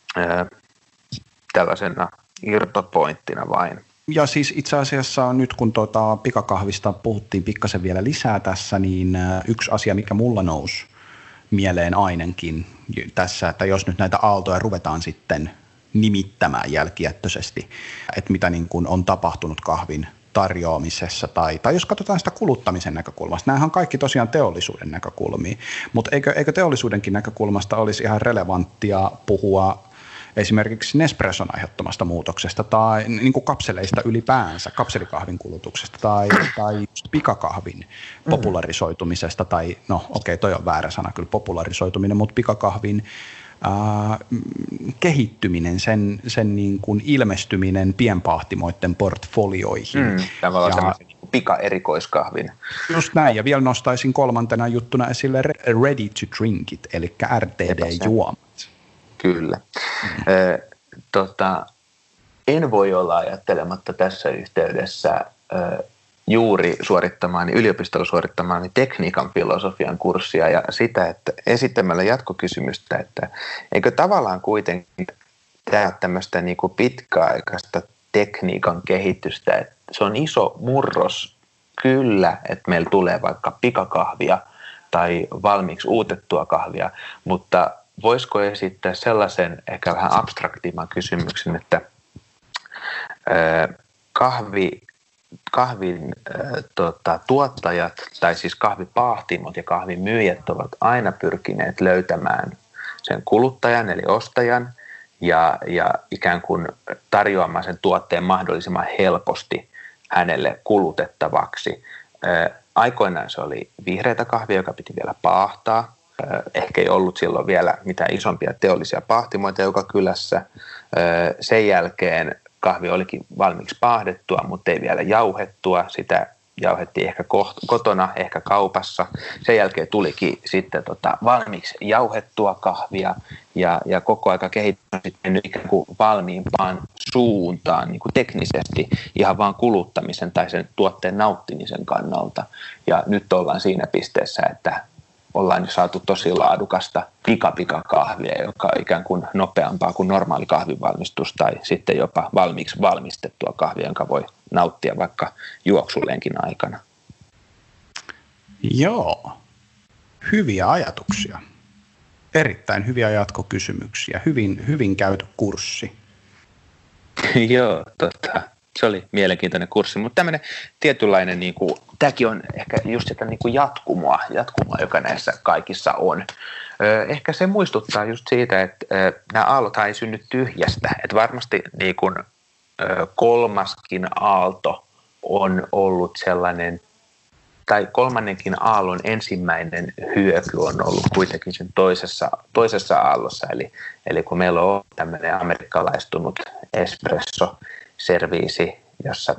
Speaker 2: tällaisena irtopointtina vain.
Speaker 1: Ja siis itse asiassa nyt kun pikakahvista puhuttiin pikkasen vielä lisää tässä, niin yksi asia, mikä mulla nousi mieleen ainakin tässä, että jos nyt näitä aaltoja ruvetaan sitten nimittämään jälkijättöisesti, että mitä niin kuin on tapahtunut kahvin tarjoamisessa tai jos katsotaan sitä kuluttamisen näkökulmasta. Nämähän on kaikki tosiaan teollisuuden näkökulmia, mutta eikö teollisuudenkin näkökulmasta olisi ihan relevanttia puhua esimerkiksi Nespresson aiheuttamasta muutoksesta tai niin kuin kapseleista ylipäänsä, kapselikahvin kulutuksesta tai pikakahvin popularisoitumisesta tai toi on väärä sana kyllä popularisoituminen, mutta pikakahvin kehittyminen, sen niin kuin ilmestyminen pienpahtimoiden portfolioihin.
Speaker 2: Tavallaan semmoisen pika-erikoiskahvin.
Speaker 1: Just näin, ja vielä nostaisin kolmantena juttuna esille ready to drink it, eli RTD-juomat. Kyllä.
Speaker 2: En voi olla ajattelematta tässä yhteydessä juuri yliopistolla suorittamaani tekniikan filosofian kurssia ja sitä, että esittämällä jatkokysymystä, että eikö tavallaan kuitenkin tämä tämmöistä niin kuin pitkäaikaista tekniikan kehitystä, että se on iso murros kyllä, että meillä tulee vaikka pikakahvia tai valmiiksi uutettua kahvia, mutta voisiko esittää sellaisen ehkä vähän abstraktimman kysymyksen, että kahvin tuottajat tai siis kahvipahtimot ja kahvimyyjät ovat aina pyrkineet löytämään sen kuluttajan eli ostajan ja ikään kuin tarjoamaan sen tuotteen mahdollisimman helposti hänelle kulutettavaksi. Aikoinaan se oli vihreätä kahvia, joka piti vielä paahtaa. Ehkä ei ollut silloin vielä mitään isompia teollisia pahtimoita joka kylässä. Sen jälkeen kahvi olikin valmiiksi paahdettua, mutta ei vielä jauhettua. Sitä jauhettiin ehkä kotona, ehkä kaupassa. Sen jälkeen tulikin sitten valmiiksi jauhettua kahvia ja koko aika kehitys on mennyt ikään kuin valmiimpaan suuntaan niin kuin teknisesti ihan vaan kuluttamisen tai sen tuotteen nauttimisen kannalta. Ja nyt ollaan siinä pisteessä, että ollaan jo saatu tosi laadukasta pikakahvia, joka on ikään kuin nopeampaa kuin normaali kahvinvalmistus tai sitten jopa valmiiksi valmistettua kahvia, jonka voi nauttia vaikka juoksulenkin aikana.
Speaker 1: Joo, hyviä ajatuksia. Erittäin hyviä jatkokysymyksiä. Hyvin käyty kurssi.
Speaker 2: Joo, se oli mielenkiintoinen kurssi, mutta tämmöinen tietynlainen niin kuin tämäkin on ehkä just sitä niin kuin jatkumoa, joka näissä kaikissa on. Ehkä se muistuttaa just siitä, että nämä aallothan ei synny tyhjästä. Että varmasti niin kuin, kolmaskin aalto on ollut sellainen, tai kolmannenkin aallon ensimmäinen hyöky on ollut kuitenkin sen toisessa aallossa. Eli kun meillä on tämmöinen amerikkalaistunut espresso-serviisi, jossa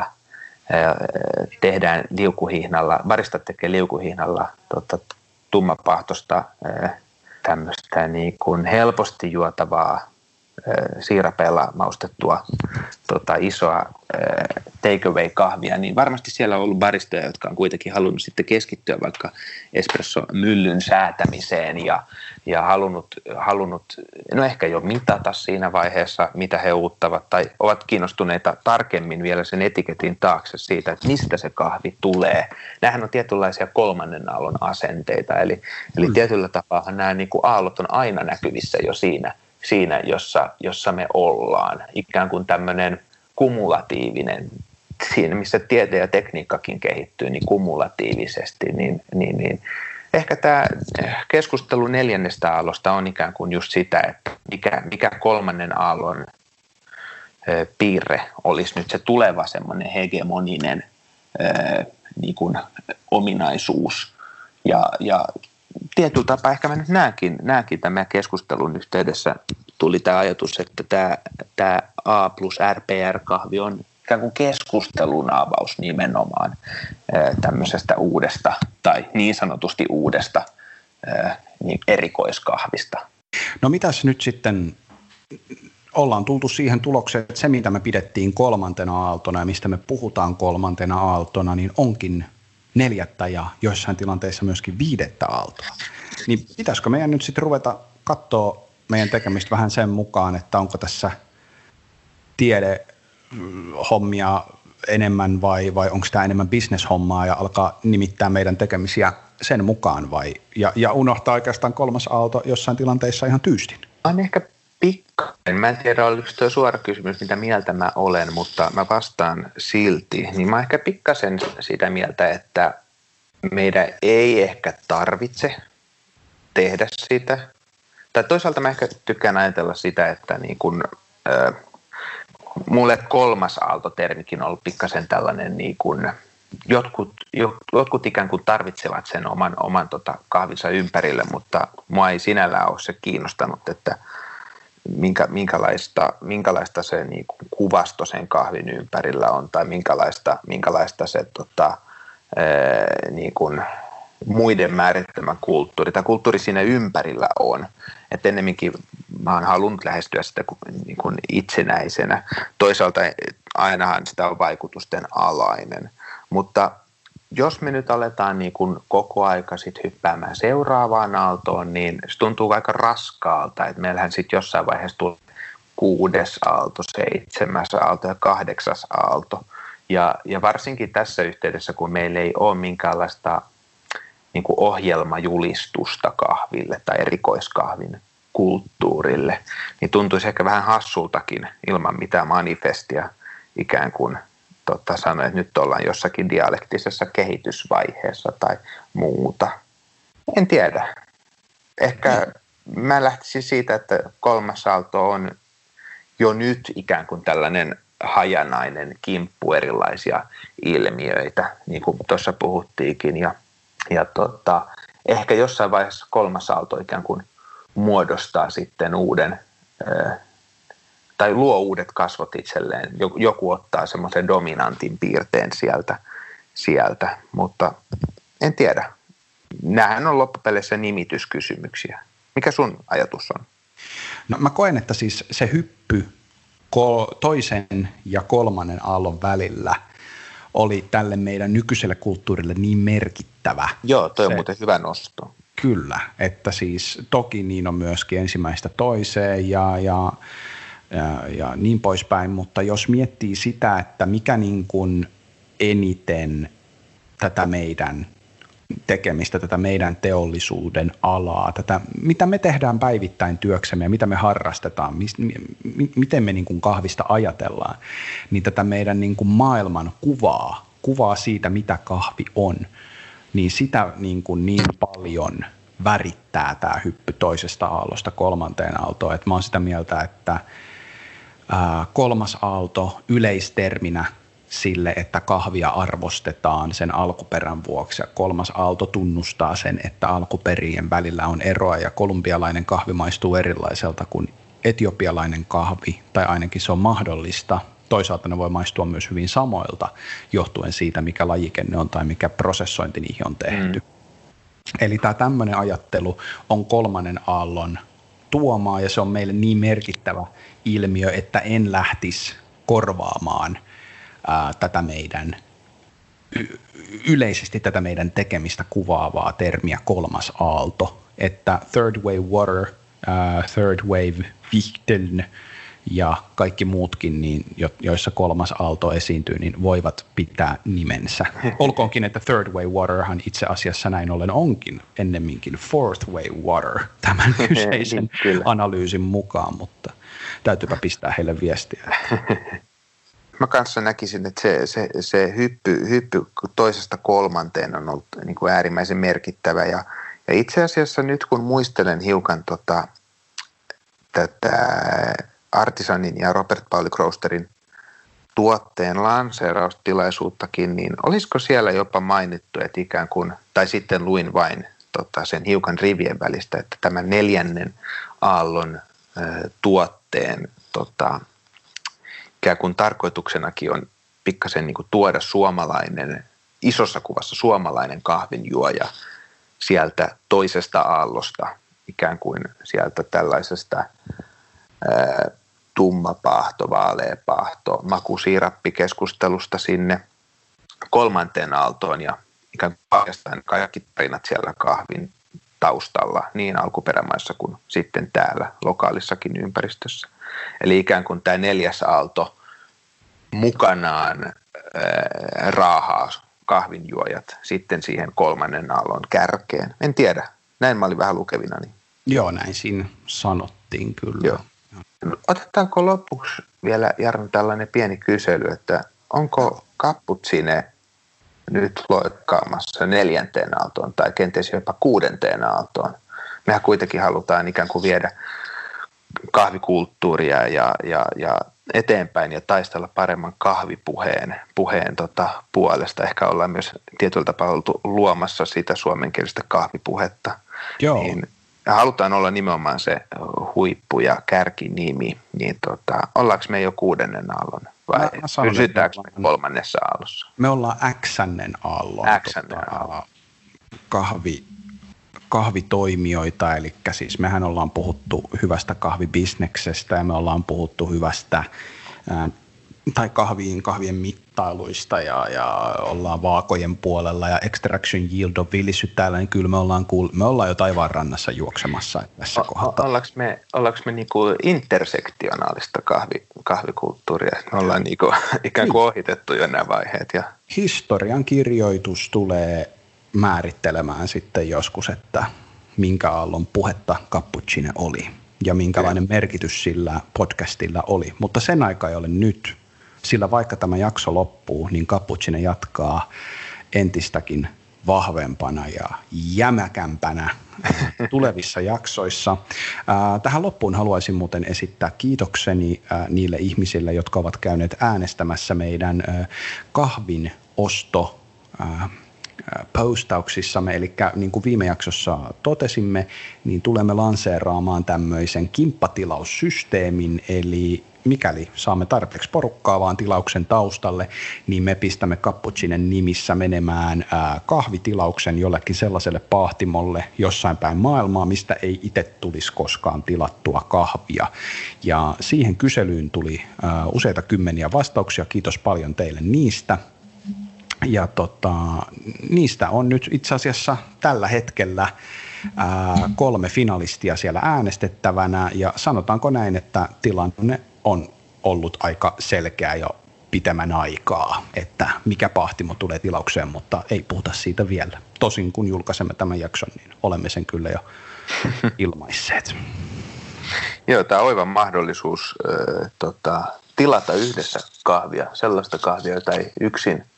Speaker 2: tehdään liukuhihnalla, baristat tekee liukuhihnalla tummapahtosta tämmöistä niin kuin helposti juotavaa siirapeilla maustettua isoa take-away-kahvia, niin varmasti siellä on ollut baristoja, jotka on kuitenkin halunnut sitten keskittyä vaikka espresso-myllyn säätämiseen ja halunnut no ehkä jo mitata siinä vaiheessa, mitä he uuttavat, tai ovat kiinnostuneita tarkemmin vielä sen etiketin taakse siitä, että mistä se kahvi tulee. Nämähän on tietynlaisia kolmannen aallon asenteita, eli tietyllä tapaa nämä niin kuin aallot on aina näkyvissä jo siinä, jossa me ollaan. Ikään kuin tämmöinen kumulatiivinen, siinä missä tiede ja tekniikkakin kehittyy, niin kumulatiivisesti, niin ehkä tämä keskustelu neljännestä aallosta on ikään kuin just sitä, että mikä kolmannen aallon piirre olisi nyt se tuleva semmoinen hegemoninen niin kuin ominaisuus. Ja tietyllä tapaa ehkä mä nyt näenkin tämän keskustelun yhteydessä tuli tämä ajatus, että tämä A plus RPR-kahvi on ikään kuin keskustelun avaus nimenomaan tämmöisestä uudesta tai niin sanotusti uudesta niin erikoiskahvista.
Speaker 1: No mitäs nyt sitten ollaan tultu siihen tulokseen, että se mitä me pidettiin kolmantena aaltona ja mistä me puhutaan kolmantena aaltona, niin onkin neljättä ja joissain tilanteissa myöskin viidettä aaltoa. Niin pitäisikö meidän nyt sitten ruveta katsoa meidän tekemistä vähän sen mukaan, että onko tässä tiedehommia enemmän vai onko tämä enemmän business-hommaa ja alkaa nimittää meidän tekemisiä sen mukaan ja unohtaa oikeastaan kolmas aalto jossain tilanteissa ihan tyystin?
Speaker 2: On ehkä pikkasen. Mä en tiedä, oliko tuo suora kysymys, mitä mieltä mä olen, mutta mä vastaan silti. Niin mä ehkä pikkasen sitä mieltä, että meidän ei ehkä tarvitse tehdä sitä. Tai toisaalta mä ehkä tykkään ajatella sitä, että niin kun, mulle kolmas aalto-termikin on ollut pikkasen tällainen, niin kun, jotkut ikään kuin tarvitsevat sen oman kahvinsa ympärille, mutta mua ei sinällään ole se kiinnostanut, että minkälaista se niin kuin kuvasto sen kahvin ympärillä on tai minkälaista se niin kuin muiden määrittämä kulttuuri tai kulttuuri siinä ympärillä on. Et ennemminkin mä oon halunnut lähestyä sitä niin kuin itsenäisenä. Toisaalta ainahan sitä on vaikutusten alainen, mutta jos me nyt aletaan niin kuin koko aika sit hyppäämään seuraavaan aaltoon, niin se tuntuu aika raskaalta, että meillähän sitten jossain vaiheessa tulee 6. aalto, 7. aalto ja 8. aalto. Ja varsinkin tässä yhteydessä, kun meillä ei ole minkäänlaista niin kuin ohjelmajulistusta kahville tai erikoiskahvin kulttuurille, niin tuntuisi ehkä vähän hassultakin ilman mitään manifestia ikään kuin sanoa, että nyt ollaan jossakin dialektisessa kehitysvaiheessa tai muuta. En tiedä. Ehkä mä lähtisin siitä, että kolmas aalto on jo nyt ikään kuin tällainen hajanainen kimppu erilaisia ilmiöitä, niin kuin tuossa puhuttiinkin. Ja ehkä jossain vaiheessa kolmas aalto ikään kuin muodostaa sitten uuden tai luo uudet kasvot itselleen. Joku ottaa semmoisen dominantin piirteen sieltä, mutta en tiedä. Nämähän on loppupeleissä nimityskysymyksiä. Mikä sun ajatus on?
Speaker 1: No mä koen, että siis se hyppy toisen ja kolmannen aallon välillä oli tälle meidän nykyiselle kulttuurille niin merkittävä.
Speaker 2: Joo, toi on muuten hyvä nosto.
Speaker 1: Kyllä, että siis toki niin on myöskin ensimmäistä toiseen ja niin poispäin, mutta jos miettii sitä, että mikä niin kuin eniten tätä meidän tekemistä, tätä meidän teollisuuden alaa, tätä, mitä me tehdään päivittäin työksemme ja mitä me harrastetaan, miten me niin kuin kahvista ajatellaan, niin tätä meidän niin kuin maailman kuvaa kuvaa siitä, mitä kahvi on, niin sitä niin paljon värittää tämä hyppy toisesta aallosta kolmanteen aaltoon, että mä oon sitä mieltä, että kolmas aalto yleisterminä sille, että kahvia arvostetaan sen alkuperän vuoksi, ja kolmas aalto tunnustaa sen, että alkuperien välillä on eroa, ja kolumbialainen kahvi maistuu erilaiselta kuin etiopialainen kahvi, tai ainakin se on mahdollista. Toisaalta ne voi maistua myös hyvin samoilta, johtuen siitä, mikä lajike ne on tai mikä prosessointi niihin on tehty. Eli tämä tämmöinen ajattelu on kolmannen aallon tuomaa, ja se on meille niin merkittävä ilmiö, että en lähtisi korvaamaan tätä meidän yleisesti tätä meidän tekemistä kuvaavaa termiä kolmas aalto, että third wave water, third wave Wichteln ja kaikki muutkin, niin, joissa kolmas aalto esiintyy, niin voivat pitää nimensä. Olkoonkin, että third wave waterhan itse asiassa näin ollen onkin ennemminkin fourth wave water tämän kyseisen analyysin mukaan, mutta täytyypä pistää heille viestiä.
Speaker 2: Mä kanssa näkisin, että se hyppy toisesta kolmanteen on ollut niin kuin äärimmäisen merkittävä. Ja itse asiassa nyt kun muistelen hiukan tätä Artisanin ja Robert Pauli Krosterin tuotteen lanseeraustilaisuuttakin, niin olisiko siellä jopa mainittu, että ikään kuin, tai sitten luin vain sen hiukan rivien välistä, että tämän 4. aallon tuotteen ikään kuin tarkoituksenakin on pikkasen niin kuin tuoda suomalainen, isossa kuvassa suomalainen kahvinjuoja sieltä toisesta aallosta, ikään kuin sieltä tällaisesta tummapahto, vaaleapahto, makusiirappikeskustelusta sinne kolmanteen aaltoon ja ikään kuin paljastaa kaikki tarinat siellä kahvin taustalla niin alkuperämaissa kuin sitten täällä lokaalissakin ympäristössä. Eli ikään kuin tämä 4. aalto mukanaan raahaa kahvinjuojat sitten siihen 3. aallon kärkeen. En tiedä, näin mä olin vähän lukevinani.
Speaker 1: Joo, näin siinä sanottiin kyllä.
Speaker 2: Joo. Otetaanko lopuksi vielä, Jarno, tällainen pieni kysely, että onko Cappuccine nyt loikkaamassa 4. aaltoon tai kenties jopa 6. aaltoon? Mehän kuitenkin halutaan ikään kuin viedä kahvikulttuuria ja eteenpäin ja taistella paremman kahvipuheen puolesta. Ehkä ollaan myös tietyllä tapaa oltu luomassa sitä suomenkielistä kahvipuhetta.
Speaker 1: Joo.
Speaker 2: Niin halutaan olla nimenomaan se huippu- ja kärkinimi, niin ollaanko me jo 6. aallon vai pysytäänkö me 3. aallossa?
Speaker 1: Me ollaan X-nnen aallon kahvitoimijoita, eli siis mehän ollaan puhuttu hyvästä kahvibisneksestä ja me ollaan puhuttu hyvästä tai kahvien mittailuista ja ollaan vaakojen puolella ja extraction yield on villissyt täällä, niin kyllä me ollaan jo taivaan rannassa juoksemassa tässä kohdassa.
Speaker 2: Ollaanko me niinku intersektionaalista kahvikulttuuria? Me ollaan niinku ikään kuin ohitettu jo nämä vaiheet. Ja
Speaker 1: historian kirjoitus tulee määrittelemään sitten joskus, että minkä aallon puhetta Cappuccine oli ja minkälainen merkitys sillä podcastilla oli. Mutta sen aika ei ole nyt, sillä vaikka tämä jakso loppuu, niin Cappuccine jatkaa entistäkin vahvempana ja jämäkämpänä tulevissa jaksoissa. Tähän loppuun haluaisin muuten esittää kiitokseni niille ihmisille, jotka ovat käyneet äänestämässä meidän kahvin osto postauksissamme, eli niin kuin viime jaksossa totesimme, niin tulemme lanseeraamaan tämmöisen kimppatilaussysteemin, eli mikäli saamme tarpeeksi porukkaa vaan tilauksen taustalle, niin me pistämme Cappuccinen nimissä menemään kahvitilauksen jollekin sellaiselle pahtimolle jossain päin maailmaa, mistä ei itse tulisi koskaan tilattua kahvia. Ja siihen kyselyyn tuli useita kymmeniä vastauksia, kiitos paljon teille niistä. Ja niistä on nyt itse asiassa tällä hetkellä 3 finalistia siellä äänestettävänä, ja sanotaanko näin, että tilanne on ollut aika selkeä jo pitemmän aikaa, että mikä pahtimo tulee tilaukseen, mutta ei puhuta siitä vielä. Tosin kun julkaisemme tämän jakson, niin olemme sen kyllä jo ilmaisseet.
Speaker 2: Joo, tämä on oiva mahdollisuus tilata yhdessä kahvia, sellaista kahvia, jota ei yksin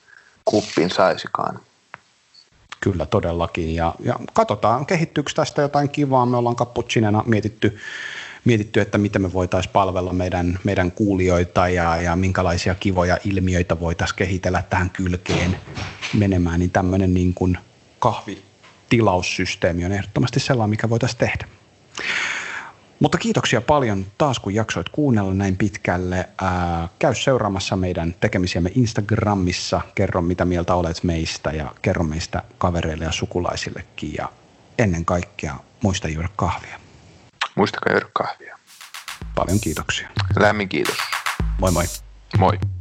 Speaker 2: kuppin saisikaan.
Speaker 1: Kyllä todellakin, ja katsotaan, kehittyykö tästä jotain kivaa. Me ollaan Cappuccinena mietitty, että miten me voitaisiin palvella meidän kuulijoita ja minkälaisia kivoja ilmiöitä voitaisiin kehitellä tähän kylkeen menemään, niin tämmöinen niin kuin kahvitilaussysteemi on ehdottomasti sellainen, mikä voitaisiin tehdä. Mutta kiitoksia paljon taas, kun jaksoit kuunnella näin pitkälle. Käy seuraamassa meidän tekemisiämme Instagramissa, kerro mitä mieltä olet meistä ja kerro meistä kavereille ja sukulaisillekin. Ja ennen kaikkea muista juoda kahvia.
Speaker 2: Muistakaa juoda kahvia.
Speaker 1: Paljon kiitoksia.
Speaker 2: Lämmin kiitos.
Speaker 1: Moi moi.
Speaker 2: Moi.